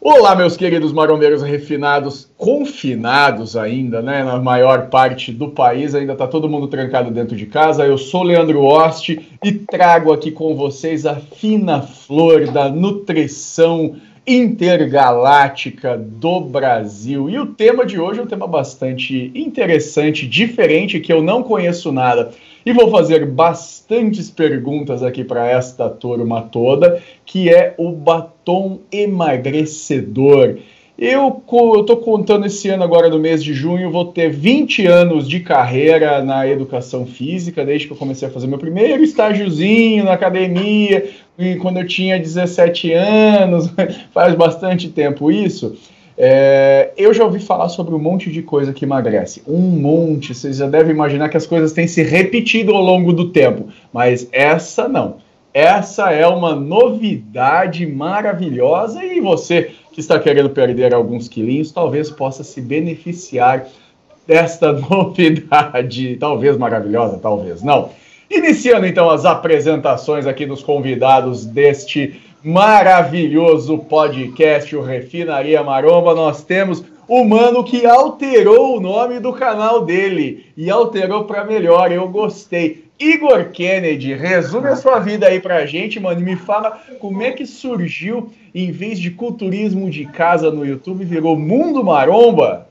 Olá, meus queridos marombeiros refinados, confinados ainda, né? Na maior parte do país, ainda tá todo mundo trancado dentro de casa. Eu sou Leandro Ost e trago aqui com vocês a fina flor da nutrição intergaláctica do Brasil. E o tema de hoje é um tema bastante interessante, diferente, que eu não conheço nada. E vou fazer bastantes perguntas aqui para esta turma toda, que é o batom emagrecedor. Eu estou contando esse ano agora, no mês de junho, vou ter 20 anos de carreira na educação física, desde que eu comecei a fazer meu primeiro estágiozinho na academia, e quando eu tinha 17 anos, faz bastante tempo isso. Eu já ouvi falar sobre um monte de coisa que emagrece. Um monte, vocês já devem imaginar que as coisas têm se repetido ao longo do tempo. Mas essa não. Essa é uma novidade maravilhosa e você que está querendo perder alguns quilinhos, talvez possa se beneficiar desta novidade. Talvez maravilhosa, talvez não. Iniciando então as apresentações aqui dos convidados deste maravilhoso podcast, o Refinaria Maromba, nós temos o mano que alterou o nome do canal dele e alterou para melhor, eu gostei. Igor Kennedy, resume a sua vida aí pra gente, mano, e me fala como é que surgiu, em vez de culturismo de casa no YouTube, virou Mundo Maromba?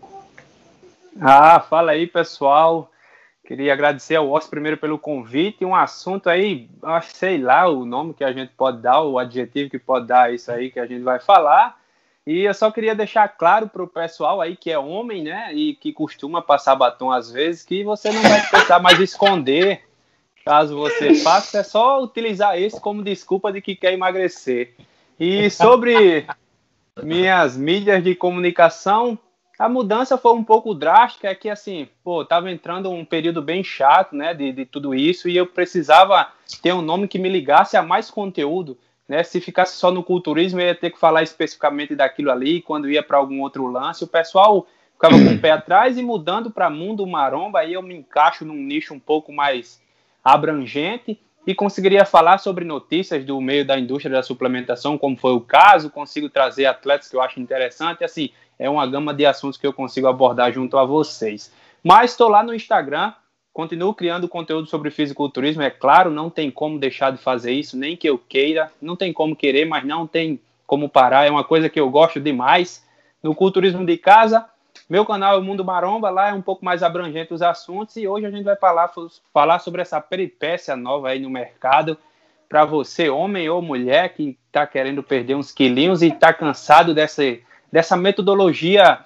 Fala aí, pessoal. Queria agradecer ao Ost primeiro pelo convite. Um assunto aí, sei lá o nome que a gente pode dar, o adjetivo que pode dar isso aí que a gente vai falar. E eu só queria deixar claro para o pessoal aí que é homem, né, e que costuma passar batom às vezes, que você não vai precisar mais esconder. Caso você faça, é só utilizar esse como desculpa de que quer emagrecer. E sobre minhas mídias de comunicação, a mudança foi um pouco drástica, é que assim, tava entrando um período bem chato, né, de tudo isso, e eu precisava ter um nome que me ligasse a mais conteúdo, né, se ficasse só no culturismo, eu ia ter que falar especificamente daquilo ali, quando ia para algum outro lance, o pessoal ficava com o pé atrás, e mudando para Mundo Maromba, aí eu me encaixo num nicho um pouco mais abrangente, e conseguiria falar sobre notícias do meio da indústria da suplementação, como foi o caso, consigo trazer atletas que eu acho interessante, assim, é uma gama de assuntos que eu consigo abordar junto a vocês. Mas estou lá no Instagram, continuo criando conteúdo sobre fisiculturismo, é claro, não tem como deixar de fazer isso, nem que eu queira, não tem como querer, mas não tem como parar, é uma coisa que eu gosto demais. No culturismo de casa, meu canal é o Mundo Maromba, lá é um pouco mais abrangente os assuntos, e hoje a gente vai falar sobre essa peripécia nova aí no mercado, para você, homem ou mulher, que está querendo perder uns quilinhos e está cansado dessa metodologia,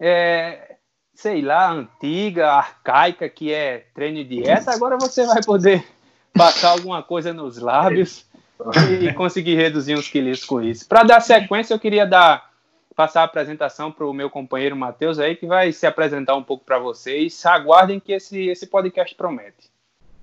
sei lá, antiga, arcaica, que é treino e dieta. Agora você vai poder passar alguma coisa nos lábios e conseguir reduzir uns quilos com isso. Para dar sequência, eu queria passar a apresentação para o meu companheiro Matheus aí, que vai se apresentar um pouco para vocês. Aguardem que esse podcast promete.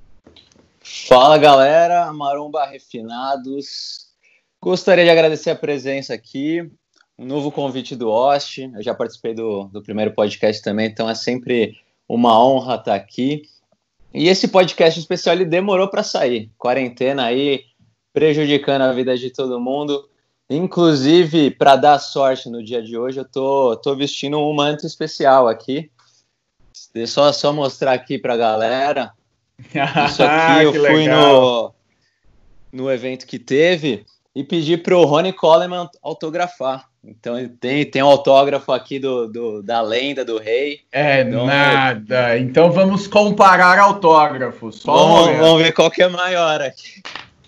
Fala, galera, Maromba Refinados. Gostaria de agradecer a presença aqui, um novo convite do Ost. Eu já participei do primeiro podcast também, então é sempre uma honra estar aqui. E esse podcast especial, ele demorou para sair. Quarentena aí, prejudicando a vida de todo mundo. Inclusive, para dar sorte no dia de hoje, eu tô vestindo um manto especial aqui. Deixa eu só mostrar aqui para a galera. Isso aqui eu fui no evento que teve e pedi pro Ronnie Coleman autografar. Então tem um autógrafo aqui da lenda do rei. Nada. Então vamos comparar autógrafos. Vamos ver qual que é maior aqui.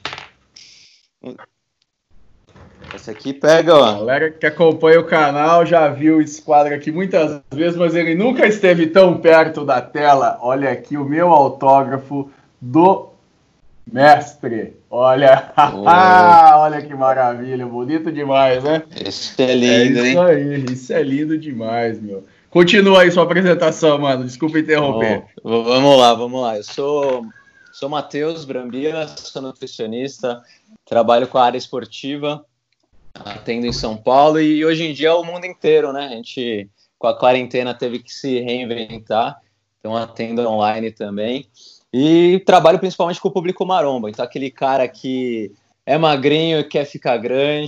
Esse aqui pega, ó. A galera que acompanha o canal já viu esse quadro aqui muitas vezes, mas ele nunca esteve tão perto da tela. Olha aqui o meu autógrafo do mestre. Olha, olha que maravilha, bonito demais, né? Esse é lindo, hein? Isso aí, isso é lindo demais, meu. Continua aí sua apresentação, mano. Desculpa interromper. Vamos lá. Eu sou Matheus Brambila, sou nutricionista, trabalho com a área esportiva, atendo em São Paulo e hoje em dia é o mundo inteiro, né? A gente, com a quarentena, teve que se reinventar, então atendo online também. E trabalho principalmente com o público maromba, então aquele cara que é magrinho e quer ficar grande,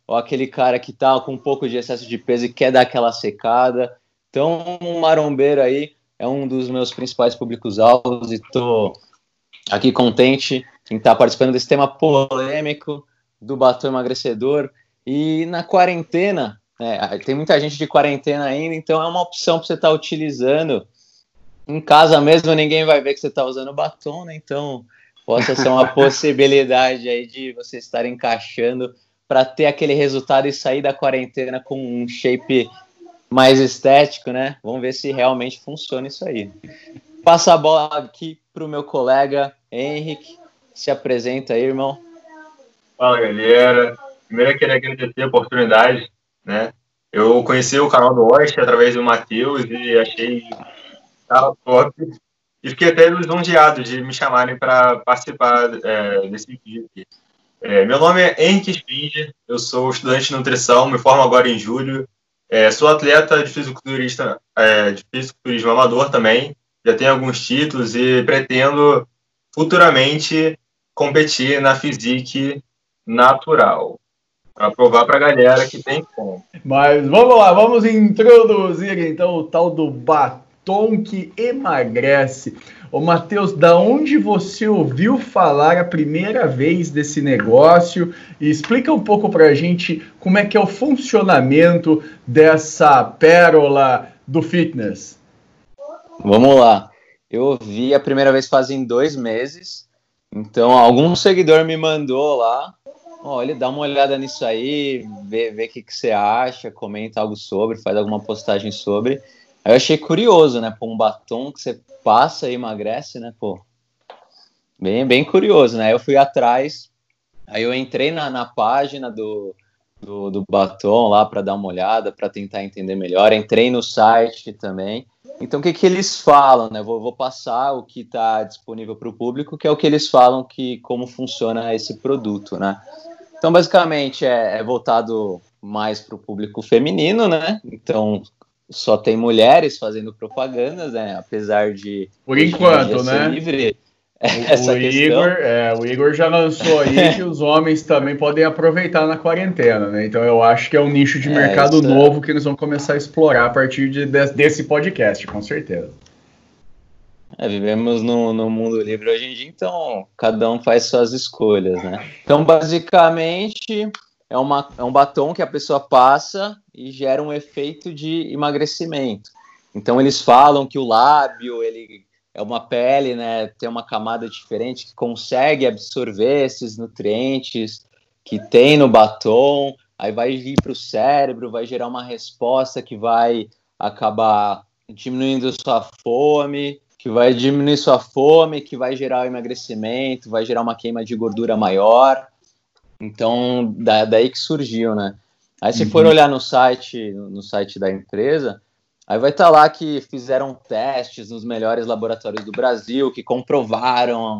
ou aquele cara que tá com um pouco de excesso de peso e quer dar aquela secada. Então, um marombeiro aí é um dos meus principais públicos-alvos e tô aqui contente em estar participando desse tema polêmico do batom emagrecedor. E na quarentena, tem muita gente de quarentena ainda, então é uma opção para você estar utilizando. Em casa mesmo, ninguém vai ver que você está usando batom, né? Então, possa ser uma possibilidade aí de você estar encaixando para ter aquele resultado e sair da quarentena com um shape mais estético, né? Vamos ver se realmente funciona isso aí. Passa a bola aqui para o meu colega Henrique. Se apresenta aí, irmão. Fala, galera. Primeiro, eu queria agradecer a oportunidade, né? Eu conheci o canal do Osh através do Matheus e achei cara top. E fiquei até lisonjeado de me chamarem para participar desse vídeo aqui. Meu nome é Henrique Spinger, eu sou estudante de nutrição, me formo agora em julho. Sou atleta de fisiculturismo amador também, já tenho alguns títulos e pretendo futuramente competir na Physique Natural, para provar para a galera que tem como. Mas vamos lá, vamos introduzir então o tal do batom que emagrece. Ô Matheus, da onde você ouviu falar a primeira vez desse negócio? E explica um pouco pra gente como é que é o funcionamento dessa pérola do fitness. Vamos lá. Eu ouvi a primeira vez fazem 2 meses. Então, algum seguidor me mandou lá. Olha, dá uma olhada nisso aí, vê o que você acha, comenta algo sobre, faz alguma postagem sobre. Aí eu achei curioso, né? Pô, um batom que você passa e emagrece, né? Pô, bem curioso, né? Eu fui atrás, aí eu entrei na página do batom lá para dar uma olhada, para tentar entender melhor. Entrei no site também. Então, o que eles falam, né? Vou passar o que está disponível para o público, que é o que eles falam como funciona esse produto, né? Então, basicamente, é voltado mais para o público feminino, né? Então, só tem mulheres fazendo propagandas, né? Apesar de... Por enquanto, né? Livre, o Igor já lançou aí que os homens também podem aproveitar na quarentena, né? Então eu acho que é um nicho de mercado novo que eles vão começar a explorar a partir desse podcast, com certeza. Vivemos no mundo livre hoje em dia, então cada um faz suas escolhas, né? Então, basicamente, é um batom que a pessoa passa e gera um efeito de emagrecimento. Então, eles falam que o lábio, ele é uma pele, né? Tem uma camada diferente que consegue absorver esses nutrientes que tem no batom, aí vai vir para o cérebro, vai gerar uma resposta que vai acabar diminuindo sua fome, que vai gerar o emagrecimento, vai gerar uma queima de gordura maior. Então, daí que surgiu, né? Aí se for olhar no site da empresa, aí vai estar lá que fizeram testes nos melhores laboratórios do Brasil, que comprovaram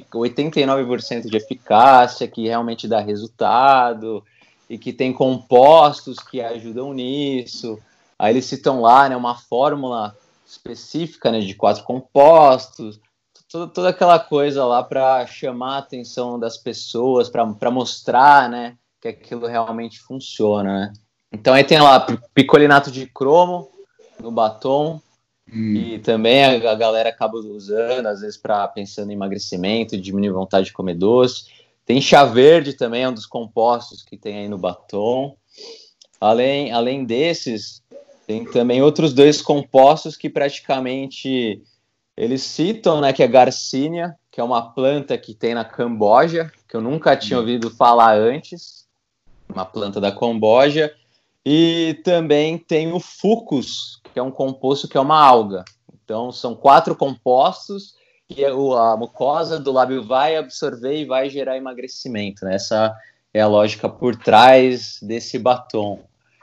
89% de eficácia, que realmente dá resultado, e que tem compostos que ajudam nisso. Aí eles citam lá, né, uma fórmula específica, né, de 4 compostos, toda aquela coisa lá para chamar a atenção das pessoas, para mostrar, né, que aquilo realmente funciona, né? Então aí tem lá picolinato de cromo no batom, e também a galera acaba usando, às vezes, pensando em emagrecimento, diminuir a vontade de comer doce. Tem chá verde também, é um dos compostos que tem aí no batom. Além desses, tem também outros 2 compostos que praticamente eles citam, né, que é Garcinia, que é uma planta que tem na Camboja, que eu nunca tinha ouvido falar antes, uma planta da Camboja, e também tem o Fucus, que é um composto que é uma alga. Então, são 4 compostos que a mucosa do lábio vai absorver e vai gerar emagrecimento, né? Essa é a lógica por trás desse batom.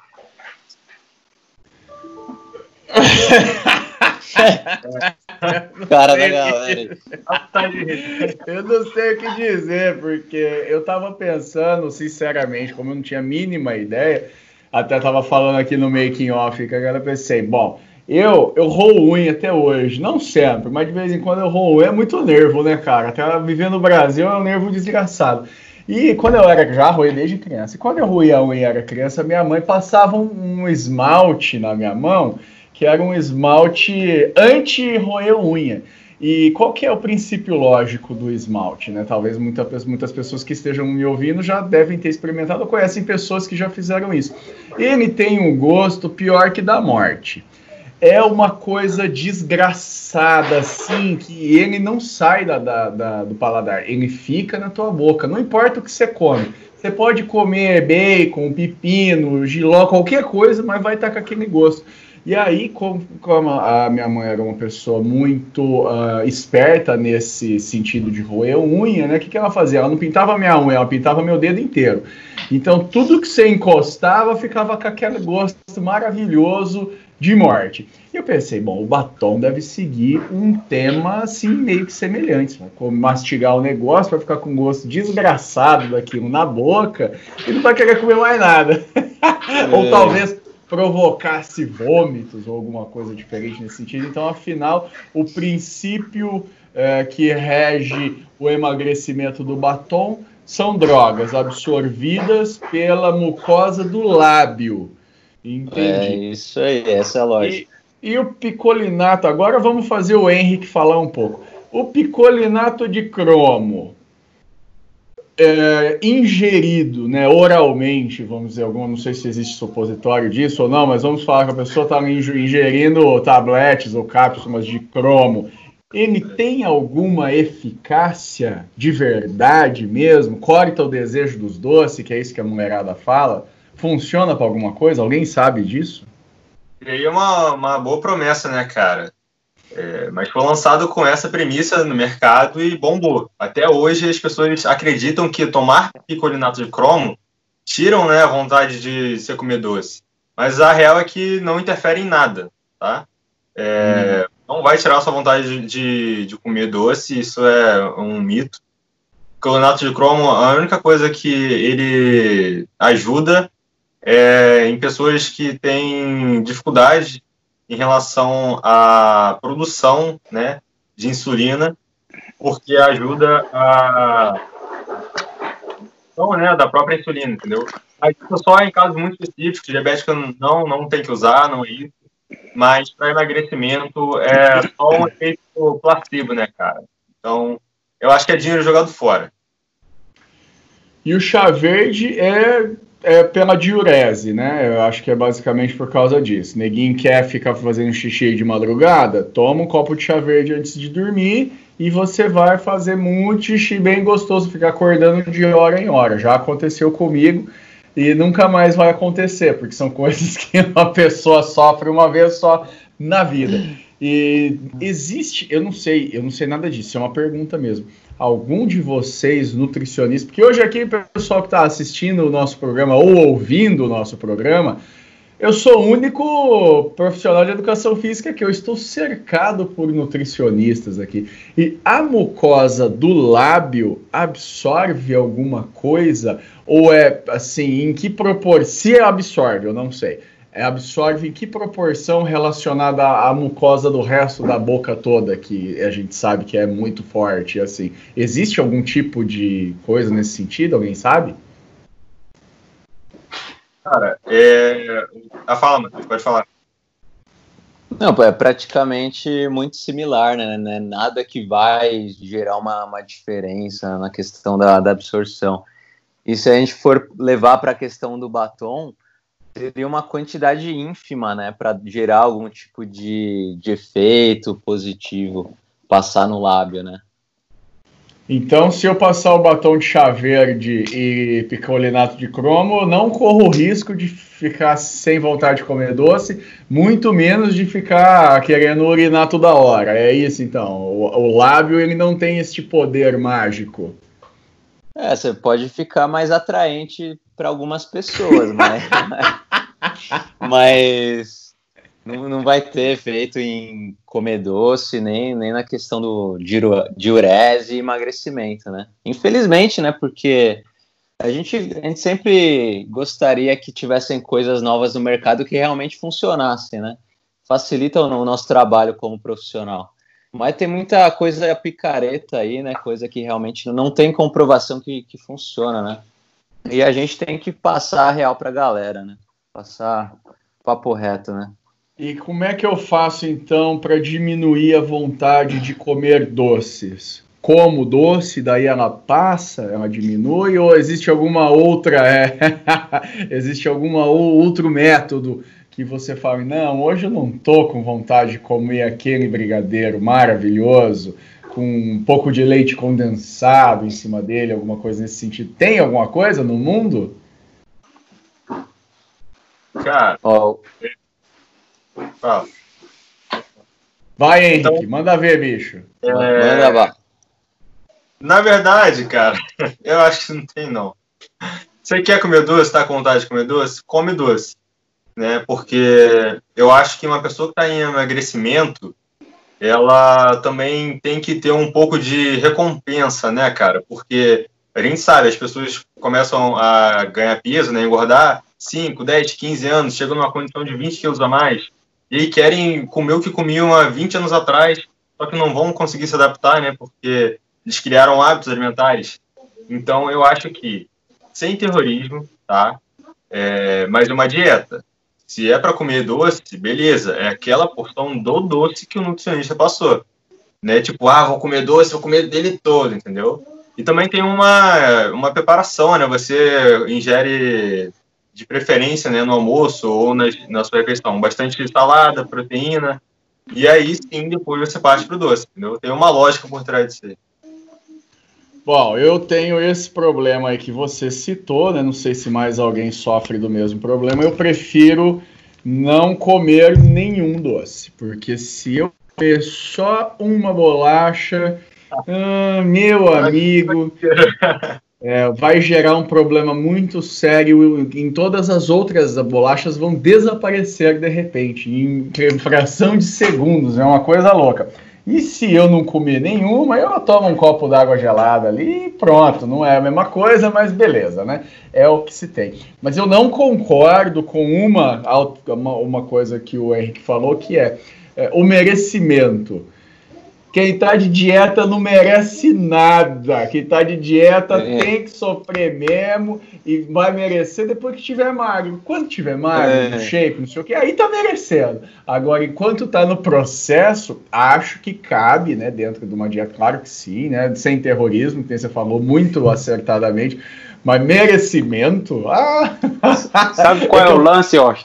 Cara da galera. Eu não sei o que dizer, porque eu tava pensando, sinceramente, como eu não tinha a mínima ideia, até tava falando aqui no making off, que agora eu pensei, bom, eu roo unha até hoje, não sempre, mas de vez em quando eu roo unha, é muito nervo, né, cara? Até viver no Brasil é um nervo desgraçado. E quando eu era, já roía desde criança, e quando eu roía a unha e era criança, minha mãe passava um esmalte na minha mão, que era um esmalte anti-roer unha. E qual que é o princípio lógico do esmalte, né? Talvez muitas pessoas que estejam me ouvindo já devem ter experimentado ou conhecem pessoas que já fizeram isso. Ele tem um gosto pior que da morte. É uma coisa desgraçada, assim, que ele não sai do paladar, ele fica na tua boca, não importa o que você come. Você pode comer bacon, pepino, jiló, qualquer coisa, mas vai estar com aquele gosto. E aí, como a minha mãe era uma pessoa muito esperta nesse sentido de roer unha, né? O que ela fazia? Ela não pintava minha unha, ela pintava meu dedo inteiro. Então, tudo que você encostava ficava com aquele gosto maravilhoso de morte. E eu pensei, bom, o batom deve seguir um tema, assim, meio que semelhante. Né? Como mastigar o negócio para ficar com gosto desgraçado daquilo na boca e não vai querer comer mais nada. Ou talvez provocasse vômitos ou alguma coisa diferente nesse sentido. Então, afinal, o princípio que rege o emagrecimento do batom são drogas absorvidas pela mucosa do lábio. Entendi. É isso aí, essa é a lógica. E o picolinato, agora vamos fazer o Henrique falar um pouco. O picolinato de cromo, ingerido, né, oralmente, vamos dizer, não sei se existe supositório disso ou não, mas vamos falar que a pessoa está ingerindo tabletes ou cápsulas de cromo. Ele tem alguma eficácia de verdade mesmo? Corta o desejo dos doces, que é isso que a mulherada fala? Funciona para alguma coisa? Alguém sabe disso? E aí é uma boa promessa, né, cara? Mas foi lançado com essa premissa no mercado e bombou. Até hoje as pessoas acreditam que tomar picolinato de cromo tiram, né, a vontade de você comer doce. Mas a real é que não interfere em nada, tá? Não vai tirar a sua vontade de comer doce, isso é um mito. O picolinato de cromo, a única coisa que ele ajuda em pessoas que têm dificuldade em relação à produção, né, de insulina, porque ajuda da própria insulina, entendeu? Mas isso só em casos muito específicos, diabética não tem que usar, não é isso, mas para emagrecimento é só um efeito placebo, né, cara? Então, eu acho que é dinheiro jogado fora. E o chá verde é pela diurese, né? Eu acho que é basicamente por causa disso. Neguinho quer ficar fazendo xixi de madrugada? Toma um copo de chá verde antes de dormir e você vai fazer muito xixi bem gostoso, ficar acordando de hora em hora. Já aconteceu comigo e nunca mais vai acontecer, porque são coisas que uma pessoa sofre uma vez só na vida. E existe, eu não sei nada disso, é uma pergunta mesmo. Algum de vocês, nutricionistas, porque hoje aqui, o pessoal que está assistindo o nosso programa ou ouvindo o nosso programa, eu sou o único profissional de educação física que eu estou cercado por nutricionistas aqui. E a mucosa do lábio absorve alguma coisa? Ou é assim, em que proporção? Se absorve, eu não sei. Absorve em que proporção relacionada à mucosa do resto da boca toda, que a gente sabe que é muito forte, assim. Existe algum tipo de coisa nesse sentido? Alguém sabe? Cara, fala, Matheus, pode falar. Não, é praticamente muito similar, né? Nada que vai gerar uma diferença na questão da absorção. E se a gente for levar para a questão do batom, seria uma quantidade ínfima, né, para gerar algum tipo de efeito positivo, passar no lábio, né? Então, se eu passar o batom de chá verde e picolinato de cromo, eu não corro o risco de ficar sem vontade de comer doce, muito menos de ficar querendo urinar toda hora. É isso, então. O lábio, ele não tem este poder mágico. Você pode ficar mais atraente para algumas pessoas, mas não vai ter efeito em comer doce, nem na questão do diurese e emagrecimento, né? Infelizmente, né? Porque a gente sempre gostaria que tivessem coisas novas no mercado que realmente funcionassem, né? Facilitam o nosso trabalho como profissional. Mas tem muita coisa picareta aí, né? Coisa que realmente não tem comprovação que funciona, né? E a gente tem que passar a real pra galera, né? Passar papo reto, né? E como é que eu faço, então, para diminuir a vontade de comer doces? Como doce, daí ela passa, ela diminui, ou existe alguma outra, existe algum outro método que você fala, não, hoje eu não tô com vontade de comer aquele brigadeiro maravilhoso, com um pouco de leite condensado em cima dele, alguma coisa nesse sentido. Tem alguma coisa no mundo? Cara, fala. Vai, Henrique, manda ver, bicho. Manda lá. Na verdade, cara, eu acho que não tem, não. Você quer comer doce, tá com vontade de comer doce? Come doce, né? Porque eu acho que uma pessoa que está em emagrecimento, ela também tem que ter um pouco de recompensa, né, cara? Porque a gente sabe, as pessoas começam a ganhar peso, né, engordar 5, 10, 15 anos, chegam numa condição de 20 quilos a mais, e aí querem comer o que comiam há 20 anos atrás, só que não vão conseguir se adaptar, né, porque eles criaram hábitos alimentares. Então, eu acho que, sem terrorismo, tá? Mas uma dieta. Se é para comer doce, beleza, é aquela porção do doce que o nutricionista passou. Né? Tipo, vou comer doce, vou comer dele todo, entendeu? E também tem uma preparação, né? Você ingere, de preferência, né, no almoço ou na sua refeição, bastante salada, proteína, e aí sim, depois você parte pro doce, entendeu? Tem uma lógica por trás disso aí. Bom, eu tenho esse problema aí que você citou, né? Não sei se mais alguém sofre do mesmo problema. Eu prefiro não comer nenhum doce, porque se eu comer só uma bolacha, meu amigo, vai gerar um problema muito sério. Em todas as outras bolachas vão desaparecer de repente, em fração de segundos. É uma coisa louca. E se eu não comer nenhuma, eu tomo um copo d'água gelada ali e pronto. Não é a mesma coisa, mas beleza, né? É o que se tem. Mas eu não concordo com uma coisa que o Henrique falou, que é o merecimento. Quem tá de dieta não merece nada. Quem tá de dieta tem que sofrer mesmo e vai merecer depois que tiver magro. Quando tiver magro, no shape, não sei o que, aí tá merecendo. Agora, enquanto tá no processo, acho que cabe, né, dentro de uma dieta, claro que sim, né, sem terrorismo, que você falou muito acertadamente, mas merecimento... Sabe qual é o lance, Austin?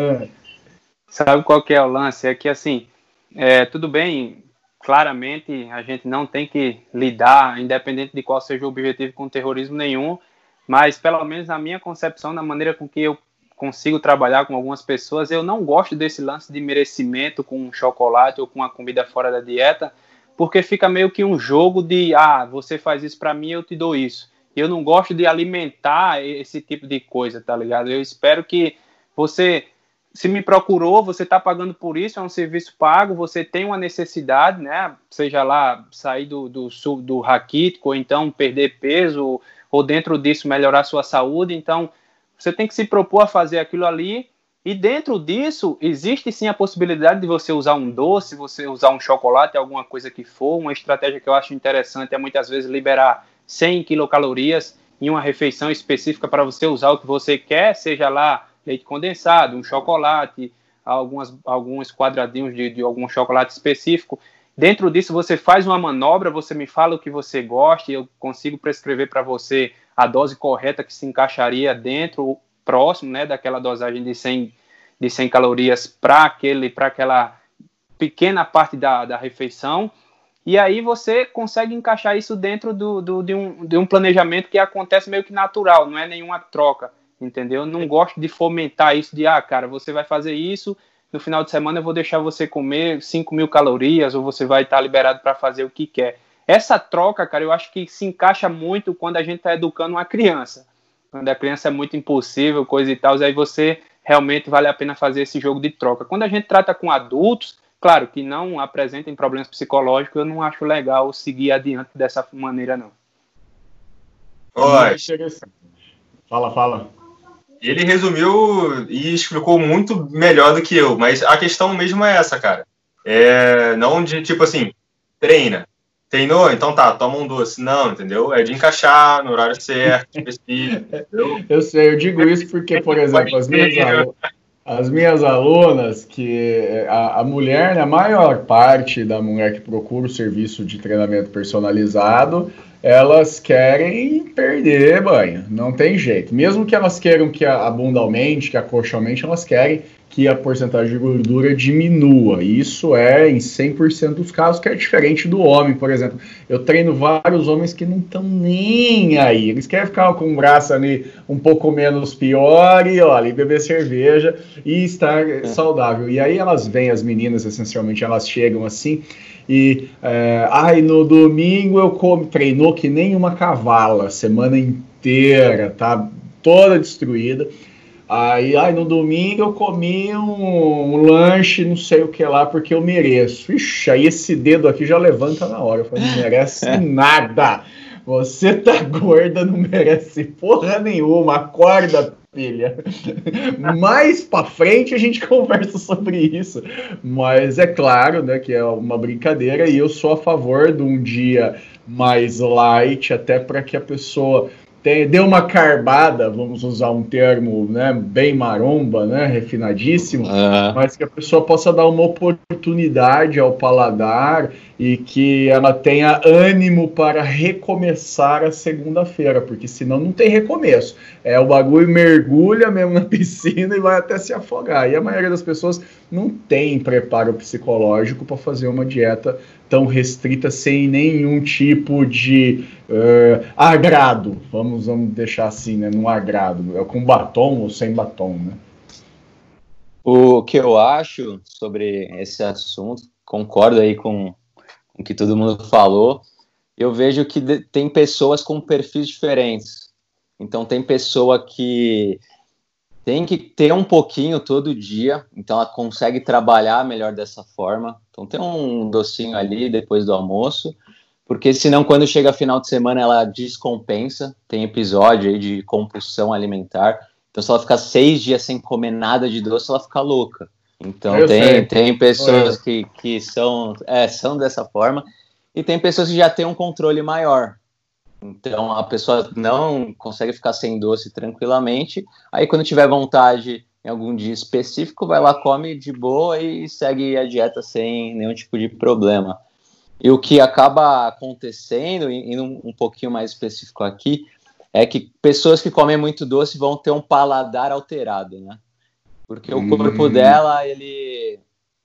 Sabe qual que é o lance? É que, assim, tudo bem... Claramente, a gente não tem que lidar, independente de qual seja o objetivo, com terrorismo nenhum, mas pelo menos na minha concepção, na maneira com que eu consigo trabalhar com algumas pessoas, eu não gosto desse lance de merecimento com um chocolate ou com uma comida fora da dieta, porque fica meio que um jogo de, você faz isso para mim, eu te dou isso. Eu não gosto de alimentar esse tipo de coisa, tá ligado? Eu espero que você... Se me procurou, você está pagando por isso, é um serviço pago, você tem uma necessidade, né? Seja lá sair do raquítico, ou então perder peso, ou dentro disso melhorar sua saúde. Então, você tem que se propor a fazer aquilo ali, e dentro disso, existe sim a possibilidade de você usar um doce, você usar um chocolate, alguma coisa que for. Uma estratégia que eu acho interessante é muitas vezes liberar 100 quilocalorias em uma refeição específica para você usar o que você quer, seja lá leite condensado, um chocolate, alguns quadradinhos de algum chocolate específico. Dentro disso, você faz uma manobra, você me fala o que você gosta e eu consigo prescrever para você a dose correta que se encaixaria dentro, próximo, né, daquela dosagem de 100 calorias para aquela pequena parte da refeição. E aí você consegue encaixar isso dentro de um planejamento que acontece meio que natural, não é nenhuma troca. Entendeu? Eu não gosto de fomentar isso de, cara, você vai fazer isso, no final de semana eu vou deixar você comer 5.000 calorias, ou você vai estar liberado para fazer o que quer. Essa troca, cara, eu acho que se encaixa muito quando a gente está educando uma criança. Quando a criança é muito impulsiva, coisa e tal, aí você realmente vale a pena fazer esse jogo de troca. Quando a gente trata com adultos, claro, que não apresentem problemas psicológicos, eu não acho legal seguir adiante dessa maneira, não. Oi. Fala. Ele resumiu e explicou muito melhor do que eu, mas a questão mesmo é essa, cara. Não de, tipo assim, treina. Treinou? Então tá, toma um doce. Não, entendeu? É de encaixar no horário certo, específico, entendeu? Eu sei, eu digo isso porque, por exemplo, as minhas alunas, que a mulher, né, a maior parte da mulher que procura o serviço de treinamento personalizado, elas querem perder banho, não tem jeito. Mesmo que elas queiram que a bunda aumente, que a coxa aumente, elas querem que a porcentagem de gordura diminua. E isso é em 100% dos casos, que é diferente do homem, por exemplo. Eu treino vários homens que não estão nem aí. Eles querem ficar com o braço ali um pouco menos pior e, olha, e beber cerveja e estar saudável. E aí elas vêm, as meninas, essencialmente, elas chegam assim e, no domingo eu treinou que nem uma cavala, semana inteira, tá toda destruída. Aí, no domingo eu comi um lanche, não sei o que lá, porque eu mereço. Ixi, aí esse dedo aqui já levanta na hora. Eu falo, não merece nada. Você tá gorda, não merece porra nenhuma. Acorda, filha. Mais pra frente a gente conversa sobre isso. Mas é claro, né, que é uma brincadeira e eu sou a favor de um dia mais light, até para que a pessoa deu uma carbada, vamos usar um termo, né, bem maromba, né, refinadíssimo, mas que a pessoa possa dar uma oportunidade ao paladar e que ela tenha ânimo para recomeçar a segunda-feira, porque senão não tem recomeço. O bagulho mergulha mesmo na piscina e vai até se afogar. E a maioria das pessoas não tem preparo psicológico para fazer uma dieta tão restrita, sem nenhum tipo de agrado, vamos deixar assim, né, num agrado, com batom ou sem batom, né? O que eu acho sobre esse assunto, concordo aí com o que todo mundo falou, eu vejo que tem pessoas com perfis diferentes, então tem pessoa que tem que ter um pouquinho todo dia, então ela consegue trabalhar melhor dessa forma. Então tem um docinho ali depois do almoço, porque senão quando chega final de semana ela descompensa, tem episódio aí de compulsão alimentar, então se ela ficar 6 dias sem comer nada de doce, ela fica louca. Então tem pessoas que são dessa forma, e tem pessoas que já têm um controle maior. Então a pessoa não consegue ficar sem doce tranquilamente, aí quando tiver vontade em algum dia específico, vai lá, come de boa e segue a dieta sem nenhum tipo de problema. E o que acaba acontecendo, indo um pouquinho mais específico aqui, é que pessoas que comem muito doce vão ter um paladar alterado, né? Porque o corpo dela, ele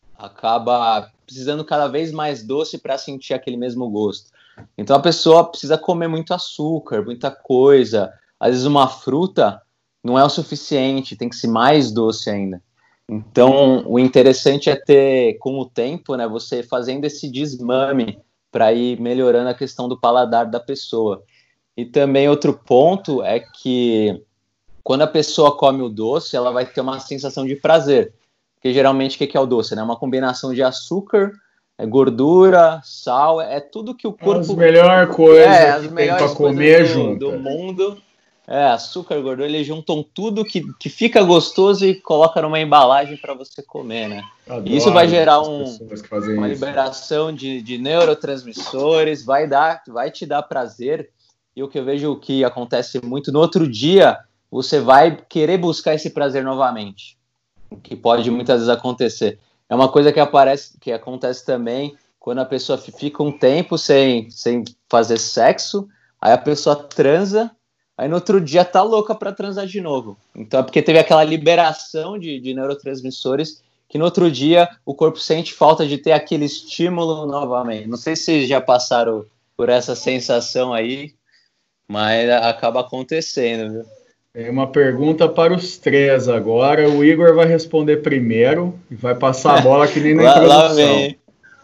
acaba precisando cada vez mais doce para sentir aquele mesmo gosto. Então a pessoa precisa comer muito açúcar, muita coisa. Às vezes uma fruta não é o suficiente, tem que ser mais doce ainda. Então o interessante é ter, com o tempo, né, você fazendo esse desmame para ir melhorando a questão do paladar da pessoa. E também outro ponto é que quando a pessoa come o doce, ela vai ter uma sensação de prazer. Porque geralmente o que é o doce? É uma combinação de açúcar, gordura, sal, é tudo que o corpo... As melhores coisas que tem para comer junto do mundo. Açúcar, gordura, eles juntam tudo que fica gostoso e coloca numa embalagem para você comer, né? E isso vai gerar uma liberação de neurotransmissores, vai te dar prazer. E o que eu vejo que acontece muito, no outro dia, você vai querer buscar esse prazer novamente. O que pode muitas vezes acontecer. É uma coisa que acontece também quando a pessoa fica um tempo sem fazer sexo, aí a pessoa transa, aí no outro dia tá louca para transar de novo. Então é porque teve aquela liberação de neurotransmissores que no outro dia o corpo sente falta de ter aquele estímulo novamente. Não sei se vocês já passaram por essa sensação aí, mas acaba acontecendo, viu? Tem uma pergunta para os três agora. O Igor vai responder primeiro e vai passar a bola que nem na introdução. Lá vem.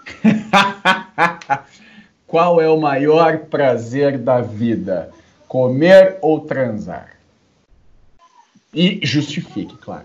Qual é o maior prazer da vida? Comer ou transar? E justifique, claro.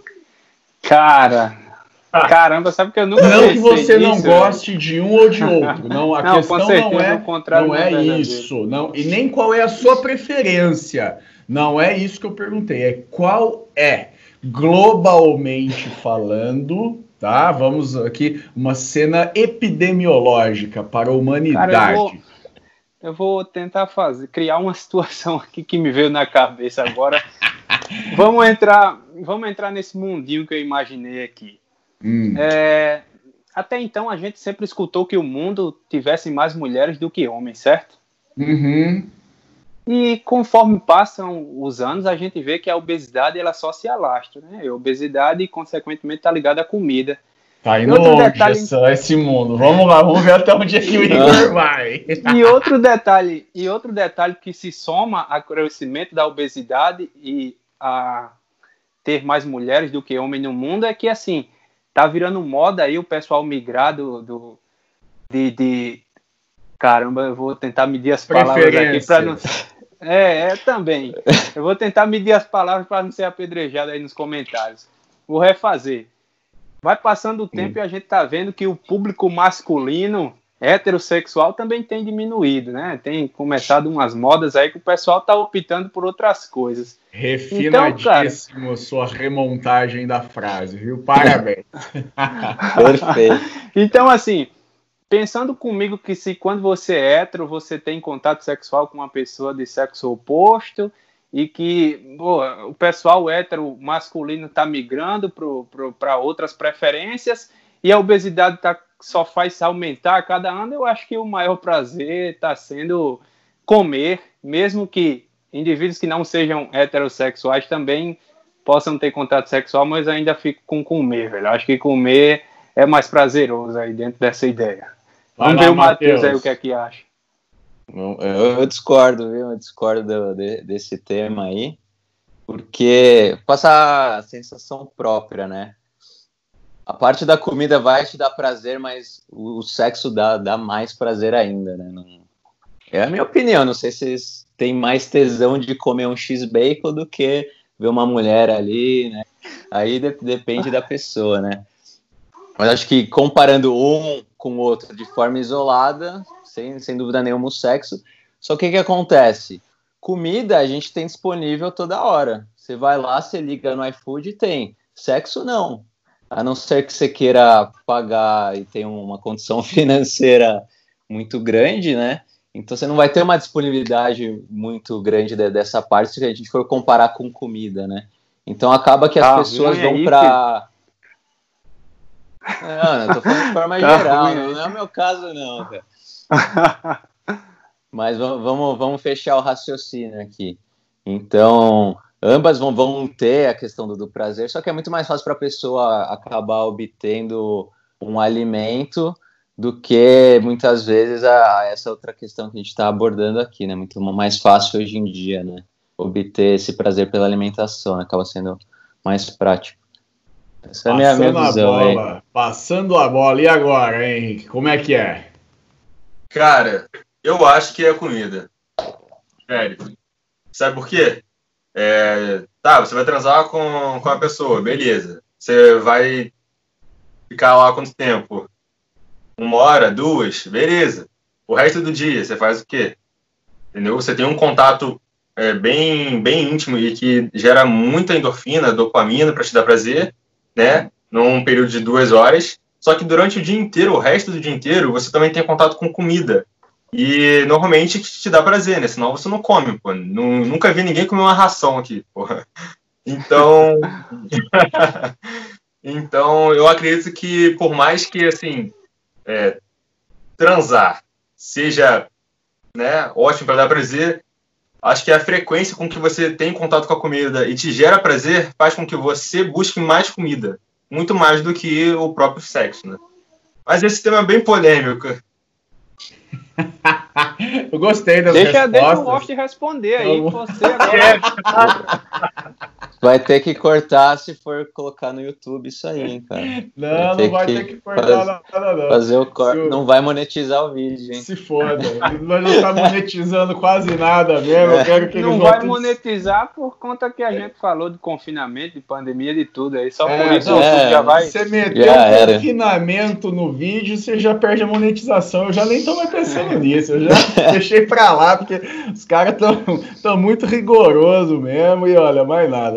Caramba, sabe que eu nunca Não que você não goste de um ou de outro. Não, a questão não é isso. Não, e nem qual é a sua preferência. Não é isso que eu perguntei. É qual é, globalmente falando, tá? Vamos aqui, uma cena epidemiológica para a humanidade. Cara, eu vou tentar criar uma situação aqui que me veio na cabeça agora. Vamos entrar nesse mundinho que eu imaginei aqui. Até então, a gente sempre escutou que o mundo tivesse mais mulheres do que homens, certo? Uhum. E conforme passam os anos, a gente vê que a obesidade ela só se alastra, né? A obesidade, consequentemente, está ligada à comida. Tá indo longe esse mundo. Vamos lá, vamos ver até onde é que o Igor vai. E outro detalhe que se soma ao crescimento da obesidade e a ter mais mulheres do que homens no mundo é que, assim, tá virando moda aí o pessoal migrar Caramba, eu vou tentar medir as palavras aqui para não... também. Eu vou tentar medir as palavras para não ser apedrejado aí nos comentários. Vou refazer. Vai passando o tempo e a gente tá vendo que o público masculino heterossexual também tem diminuído, né? Tem começado umas modas aí que o pessoal tá optando por outras coisas. Refinadíssimo, então, sua remontagem da frase, viu? Parabéns. Perfeito. Então, assim, pensando comigo que se quando você é hétero, você tem contato sexual com uma pessoa de sexo oposto e que o pessoal hétero masculino está migrando para outras preferências e a obesidade só faz aumentar a cada ano, eu acho que o maior prazer está sendo comer, mesmo que indivíduos que não sejam heterossexuais também possam ter contato sexual, mas ainda fico com comer, velho. Eu acho que comer é mais prazeroso aí dentro dessa ideia. Vamos ver o Matheus aí o que é que acha. Eu discordo, viu? Eu discordo desse tema aí, porque passa a sensação própria, né? A parte da comida vai te dar prazer, mas o sexo dá mais prazer ainda, né? É a minha opinião, não sei se vocês têm mais tesão de comer um X-Bacon do que ver uma mulher ali, né? Aí depende da pessoa, né? Mas acho que comparando um com o outro de forma isolada, sem dúvida nenhuma o sexo, só que o que acontece? Comida a gente tem disponível toda hora. Você vai lá, você liga no iFood e tem. Sexo não. A não ser que você queira pagar e tenha uma condição financeira muito grande, né? Então você não vai ter uma disponibilidade muito grande dessa parte se a gente for comparar com comida, né? Então acaba que as pessoas vão para... Não, eu tô falando de forma geral, não é o meu caso não, cara. Mas vamos fechar o raciocínio aqui. Então, ambas vão ter a questão do prazer, só que é muito mais fácil para a pessoa acabar obtendo um alimento do que, muitas vezes, essa outra questão que a gente está abordando aqui, né? Muito mais fácil hoje em dia, né? Obter esse prazer pela alimentação, né? Acaba sendo mais prático. Essa é a minha visão aí. Passando a bola. E agora, Henrique? Como é que é? Cara, eu acho que é comida. Sério. Sabe por quê? Você vai transar com a pessoa, beleza. Você vai ficar lá quanto tempo? 1 hora, 2, beleza. O resto do dia, você faz o quê? Entendeu? Você tem um contato bem íntimo e que gera muita endorfina, dopamina para te dar prazer, né? Num período de 2 horas. Só que durante o dia inteiro, o resto do dia inteiro, você também tem contato com comida. E normalmente te dá prazer, né? Senão você não come, pô. Nunca vi ninguém comer uma ração aqui, porra. Então... Então, eu acredito que por mais que, assim, transar seja, né, ótimo para dar prazer, acho que a frequência com que você tem contato com a comida e te gera prazer faz com que você busque mais comida. Muito mais do que o próprio sexo, né? Mas esse tema é bem polêmico. Eu gostei das respostas. Deixa o Lost responder aí. Você agora... Vai ter que cortar se for colocar no YouTube isso aí, hein, cara. Não vai ter que cortar nada, não. Fazer o corte. Não vai monetizar o vídeo, hein. Se foda. Nós não estamos monetizando quase nada mesmo. Eu quero que não vai monetizar por conta que a gente falou de confinamento, de pandemia, de tudo aí. Só por isso o YouTube já vai... Você meteu o confinamento no vídeo, você já perde a monetização. Eu já nem tô mais pensando nisso. Eu já deixei pra lá, porque os caras estão muito rigorosos mesmo. E olha, mais nada.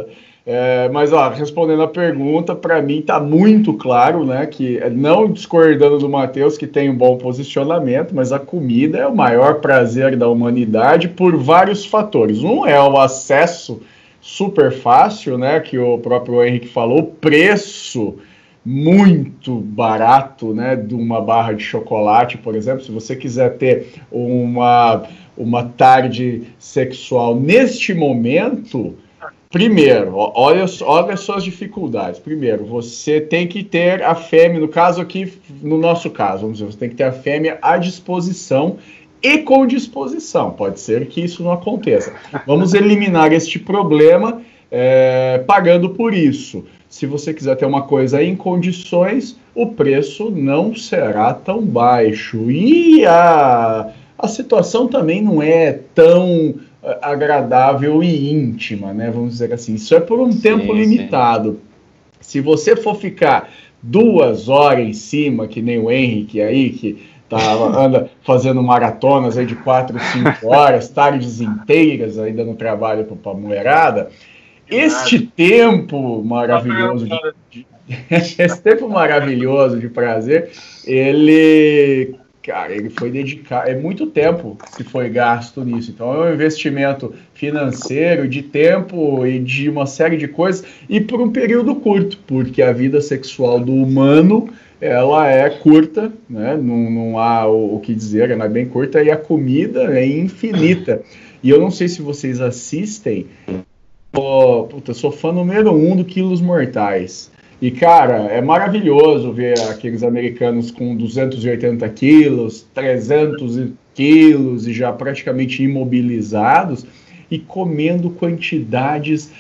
Mas, ó, respondendo a pergunta, para mim tá muito claro, né, que não discordando do Matheus, que tem um bom posicionamento, mas a comida é o maior prazer da humanidade por vários fatores. Um é o acesso super fácil, né, que o próprio Henrique falou, preço muito barato, né, de uma barra de chocolate, por exemplo. Se você quiser ter uma tarde sexual neste momento, primeiro, olha suas dificuldades. Primeiro, você tem que ter a fêmea, no caso aqui, no nosso caso, vamos dizer, você tem que ter a fêmea à disposição e com disposição. Pode ser que isso não aconteça. Vamos eliminar este problema pagando por isso. Se você quiser ter uma coisa em condições, o preço não será tão baixo. E a situação também não é tão agradável e íntima, né? Vamos dizer assim. Isso é por um tempo limitado. Se você for ficar 2 horas em cima, que nem o Henrique aí, que anda fazendo maratonas aí de 4, 5 horas, tardes inteiras aí dando trabalho para a mulherada, este tempo maravilhoso esse tempo maravilhoso de prazer, ele foi dedicado, é muito tempo que foi gasto nisso. Então é um investimento financeiro, de tempo e de uma série de coisas, e por um período curto, porque a vida sexual do humano, ela é curta, né? Não há o que dizer, ela é bem curta, e a comida é infinita. E eu não sei se vocês assistem, eu sou fã número 1 do Quilos Mortais. E, cara, é maravilhoso ver aqueles americanos com 280 quilos, 300 quilos e já praticamente imobilizados e comendo quantidades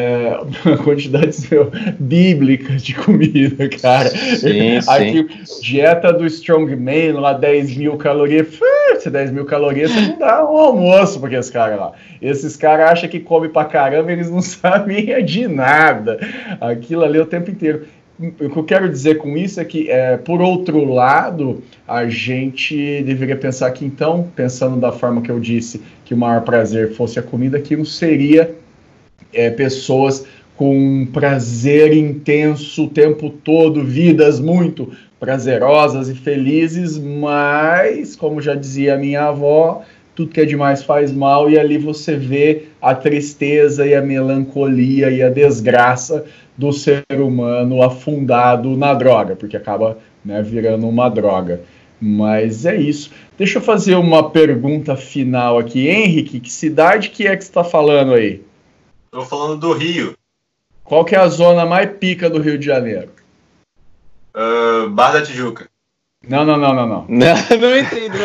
bíblicas de comida, cara. Sim, aqui, dieta do Strongman, lá 10 mil calorias. 10 mil calorias você não dá um almoço para aqueles caras lá. Esses caras acham que come pra caramba, eles não sabem de nada. Aquilo ali é o tempo inteiro. O que eu quero dizer com isso é que, por outro lado, a gente deveria pensar que, então, pensando da forma que eu disse, que o maior prazer fosse a comida, aquilo seria pessoas com prazer intenso o tempo todo, vidas muito prazerosas e felizes, mas, como já dizia a minha avó, tudo que é demais faz mal, e ali você vê a tristeza e a melancolia e a desgraça do ser humano afundado na droga, porque acaba, né, virando uma droga. Mas é isso. Deixa eu fazer uma pergunta final aqui. Henrique, que cidade que é que você está falando aí? Estou falando do Rio. Qual que é a zona mais pica do Rio de Janeiro? Barra da Tijuca. Não. Não entendi,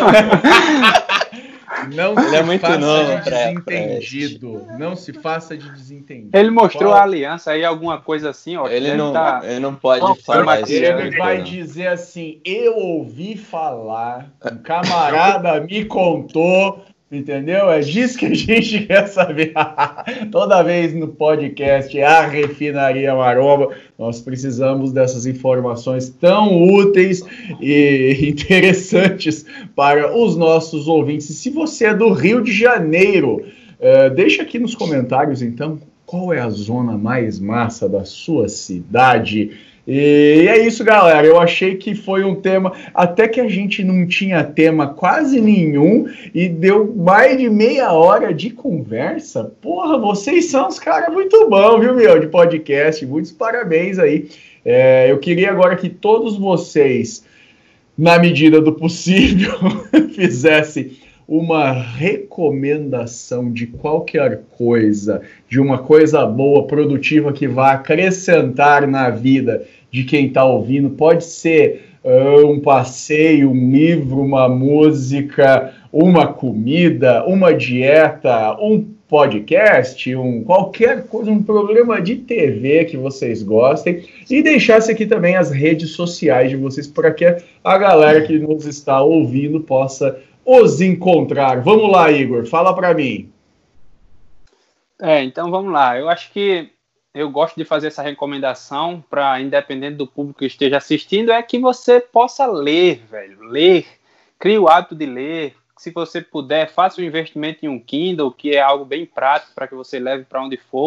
Não ele é muito novo, desentendido. Não se faça de desentendido. Ele mostrou a aliança aí, alguma coisa assim, ó. Ele não pode falar isso. Ele vai dizer assim: eu ouvi falar, um camarada me contou, entendeu? É disso que a gente quer saber. Toda vez no podcast, a Refinaria Maromba, nós precisamos dessas informações tão úteis e interessantes para os nossos ouvintes. E se você é do Rio de Janeiro, deixa aqui nos comentários, então, qual é a zona mais massa da sua cidade? E é isso, galera. Eu achei que foi um tema, até que a gente não tinha tema quase nenhum e deu mais de meia hora de conversa. Porra, vocês são uns caras muito bons, viu, meu, de podcast. Muitos parabéns aí. Eu queria agora que todos vocês, na medida do possível, fizessem uma recomendação de qualquer coisa, de uma coisa boa, produtiva, que vá acrescentar na vida de quem está ouvindo. Pode ser um passeio, um livro, uma música, uma comida, uma dieta, um podcast, qualquer coisa, um programa de TV que vocês gostem, e deixasse aqui também as redes sociais de vocês para que a galera que nos está ouvindo possa os encontrar. Vamos lá, Igor, fala para mim. Então vamos lá. Eu acho que eu gosto de fazer essa recomendação para, independente do público que esteja assistindo, é que você possa ler, velho. Ler. Crie o hábito de ler. Se você puder, faça um investimento em um Kindle, que é algo bem prático para que você leve para onde for.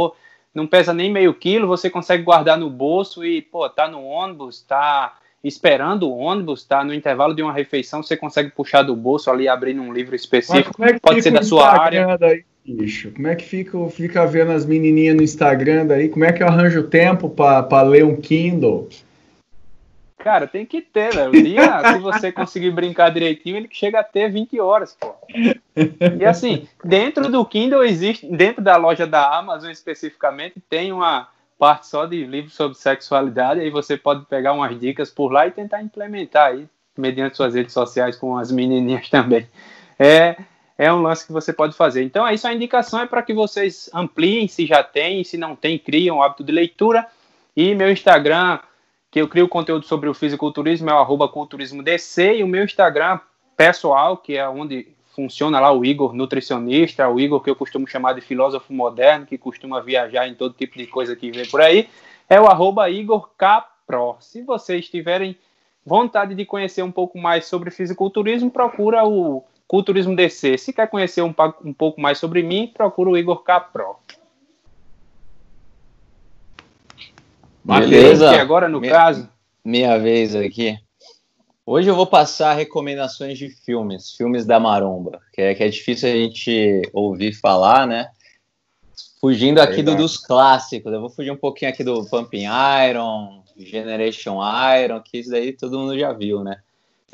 não pesa nem meio quilo, você consegue guardar no bolso e, pô, tá no ônibus, tá esperando o ônibus, tá no intervalo de uma refeição, você consegue puxar do bolso ali, abrindo um livro específico, pode ser da sua área. Daí, bicho? Como é que fica vendo as menininhas no Instagram daí? Como é que eu arranjo tempo para ler um Kindle? Cara, tem que ter, né? O dia, se você conseguir brincar direitinho, ele chega a ter 20 horas, pô. E assim, dentro do Kindle existe, dentro da loja da Amazon especificamente, tem uma parte só de livros sobre sexualidade, aí você pode pegar umas dicas por lá e tentar implementar aí, mediante suas redes sociais com as menininhas também. É um lance que você pode fazer. Então, isso a indicação é para que vocês ampliem, se já tem, se não tem, criem um hábito de leitura. E meu Instagram, que eu crio conteúdo sobre o fisiculturismo, é o @culturismodc, e o meu Instagram pessoal, que é onde funciona lá o Igor nutricionista, o Igor que eu costumo chamar de filósofo moderno, que costuma viajar em todo tipo de coisa que vem por aí, é o @IgorKpro. Se vocês tiverem vontade de conhecer um pouco mais sobre fisiculturismo, procura o Culturismo DC. Se quer conhecer um pouco mais sobre mim, procura o Igor Kpro. Beleza. E agora, no caso... Minha vez aqui. Hoje eu vou passar recomendações de filmes da maromba, que é difícil a gente ouvir falar, né? Fugindo aqui dos clássicos. Eu vou fugir um pouquinho aqui do Pumping Iron, Generation Iron, que isso daí todo mundo já viu, né?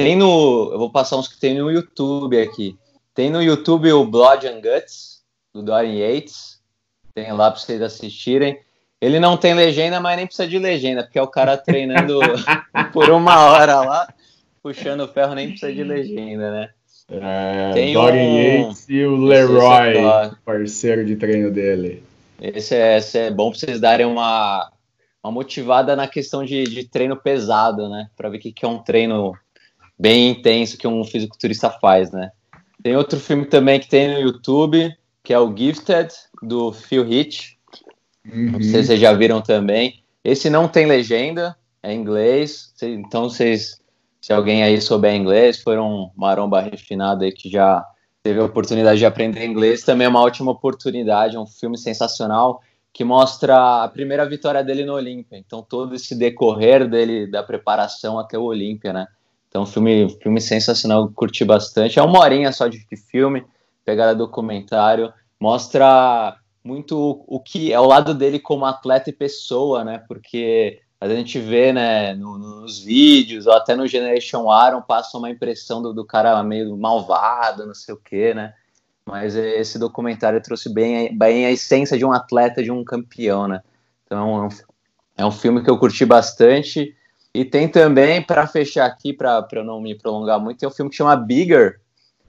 Eu vou passar uns que tem no YouTube aqui. Tem no YouTube o Blood and Guts, do Dorian Yates. Tem lá para vocês assistirem. Ele não tem legenda, mas nem precisa de legenda, porque é o cara treinando por 1 hora lá, puxando ferro, nem precisa de legenda, né? Tem Dorian Yates e o Leroy, parceiro de treino dele. Esse é bom para vocês darem uma motivada na questão de treino pesado, né? Para ver o que é um treino bem intenso que um fisiculturista faz, né? Tem outro filme também que tem no YouTube, que é o Gifted, do Phil Heath. Não sei se vocês já viram também. Esse não tem legenda, é em inglês. Então, se alguém aí souber inglês, for um maromba refinado aí que já teve a oportunidade de aprender inglês, também é uma ótima oportunidade. É um filme sensacional que mostra a primeira vitória dele no Olímpia. Então, todo esse decorrer dele, da preparação até o Olímpia, né? Então, filme sensacional, curti bastante. É 1 horinha só de filme, pegada documentário. Mostra muito o que é o lado dele como atleta e pessoa, né? Porque a gente vê, né, nos vídeos ou até no Generation Iron passa uma impressão do cara meio malvado, não sei o quê, né? Mas esse documentário trouxe bem a essência de um atleta, de um campeão, né? Então é um filme que eu curti bastante. E tem também, para fechar aqui, para eu não me prolongar muito, tem um filme que chama Bigger,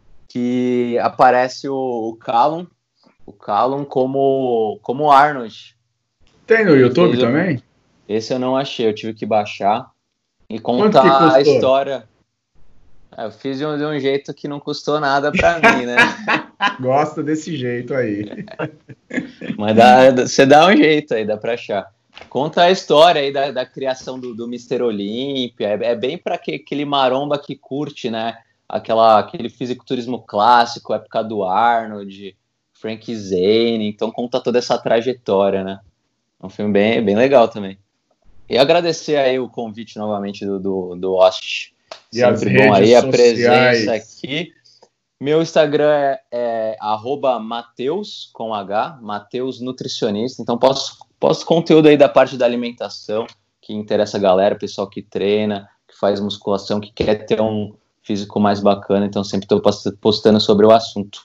que aparece o Callum como Arnold. Tem no YouTube também? Esse eu não achei, eu tive que baixar e contar a história. Eu fiz de um jeito que não custou nada pra mim, né? Gosta desse jeito aí. Mas você dá um jeito aí, dá pra achar. Conta a história aí da criação do Mr. Olímpia. É bem pra aquele maromba que curte, né? Aquele fisiculturismo clássico, época do Arnold, Frank Zane. Então conta toda essa trajetória, né? É um filme bem legal também. E agradecer aí o convite novamente do Ost. Sempre bom aí a presença aqui. Meu Instagram é @Mateus, com H, Mateus Nutricionista. Então posto conteúdo aí da parte da alimentação, que interessa a galera, pessoal que treina, que faz musculação, que quer ter um físico mais bacana. Então sempre estou postando sobre o assunto.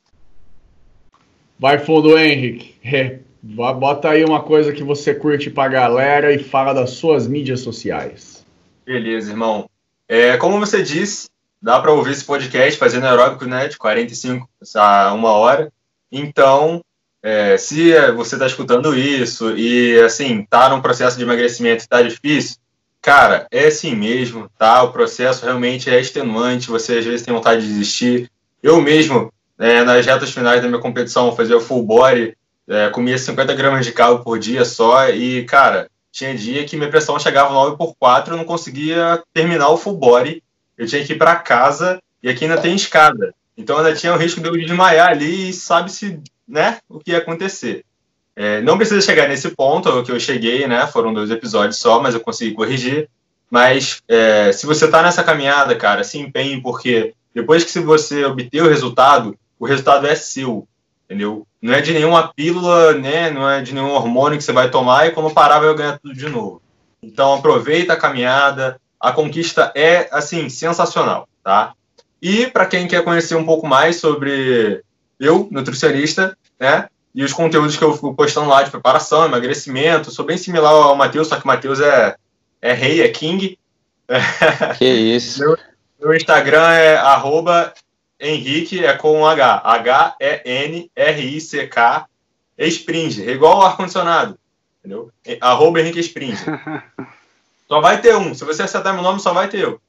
Vai fundo, Henrique. Bota aí uma coisa que você curte pra galera e fala das suas mídias sociais. Beleza, irmão. Como você disse, dá para ouvir esse podcast fazendo aeróbico, né, de 45 a 1 hora. Então, se você está escutando isso e, assim, tá num processo de emagrecimento e tá difícil, cara, é assim mesmo, tá? O processo realmente é extenuante, você às vezes tem vontade de desistir. Eu mesmo, nas retas finais da minha competição, fazia full body, comia 50 gramas de carbo por dia só e, cara, tinha dia que minha pressão chegava 9/4, eu não conseguia terminar o full body, eu tinha que ir para casa e aqui ainda tem escada. Então ainda tinha o risco de eu desmaiar ali e sabe-se, né, o que ia acontecer. Não precisa chegar nesse ponto que eu cheguei, né? Foram 2 episódios só, mas eu consegui corrigir. Mas se você está nessa caminhada, cara, se empenhe, porque depois que você obter o resultado é seu, entendeu? Não é de nenhuma pílula, né? Não é de nenhum hormônio que você vai tomar e quando parar vai ganhar tudo de novo. Então aproveita a caminhada, a conquista é, assim, sensacional, tá? E para quem quer conhecer um pouco mais sobre eu, nutricionista, né? E os conteúdos que eu fico postando lá de preparação, emagrecimento, sou bem similar ao Matheus, só que o Matheus é rei, é king. Que isso. Meu Instagram é @Henrique, com H. HENRICK Springer, igual o ar-condicionado, entendeu? @Henrique Springer. Só vai ter um. Se você acertar meu nome, só vai ter eu.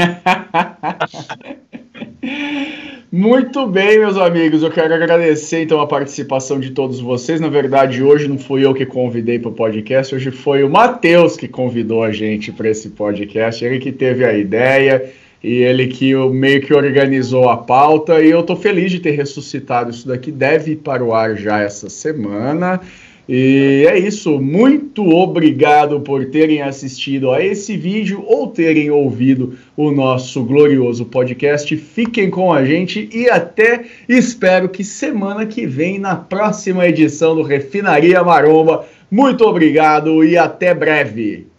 Muito bem, meus amigos, eu quero agradecer então a participação de todos vocês. Na verdade, hoje não fui eu que convidei para o podcast, hoje foi o Matheus que convidou a gente para esse podcast, ele que teve a ideia e ele que meio que organizou a pauta, e eu estou feliz de ter ressuscitado isso daqui, deve ir para o ar já essa semana. E é isso, muito obrigado por terem assistido a esse vídeo ou terem ouvido o nosso glorioso podcast. Fiquem com a gente e até espero que semana que vem, na próxima edição do Refinaria Maromba. Muito obrigado e até breve.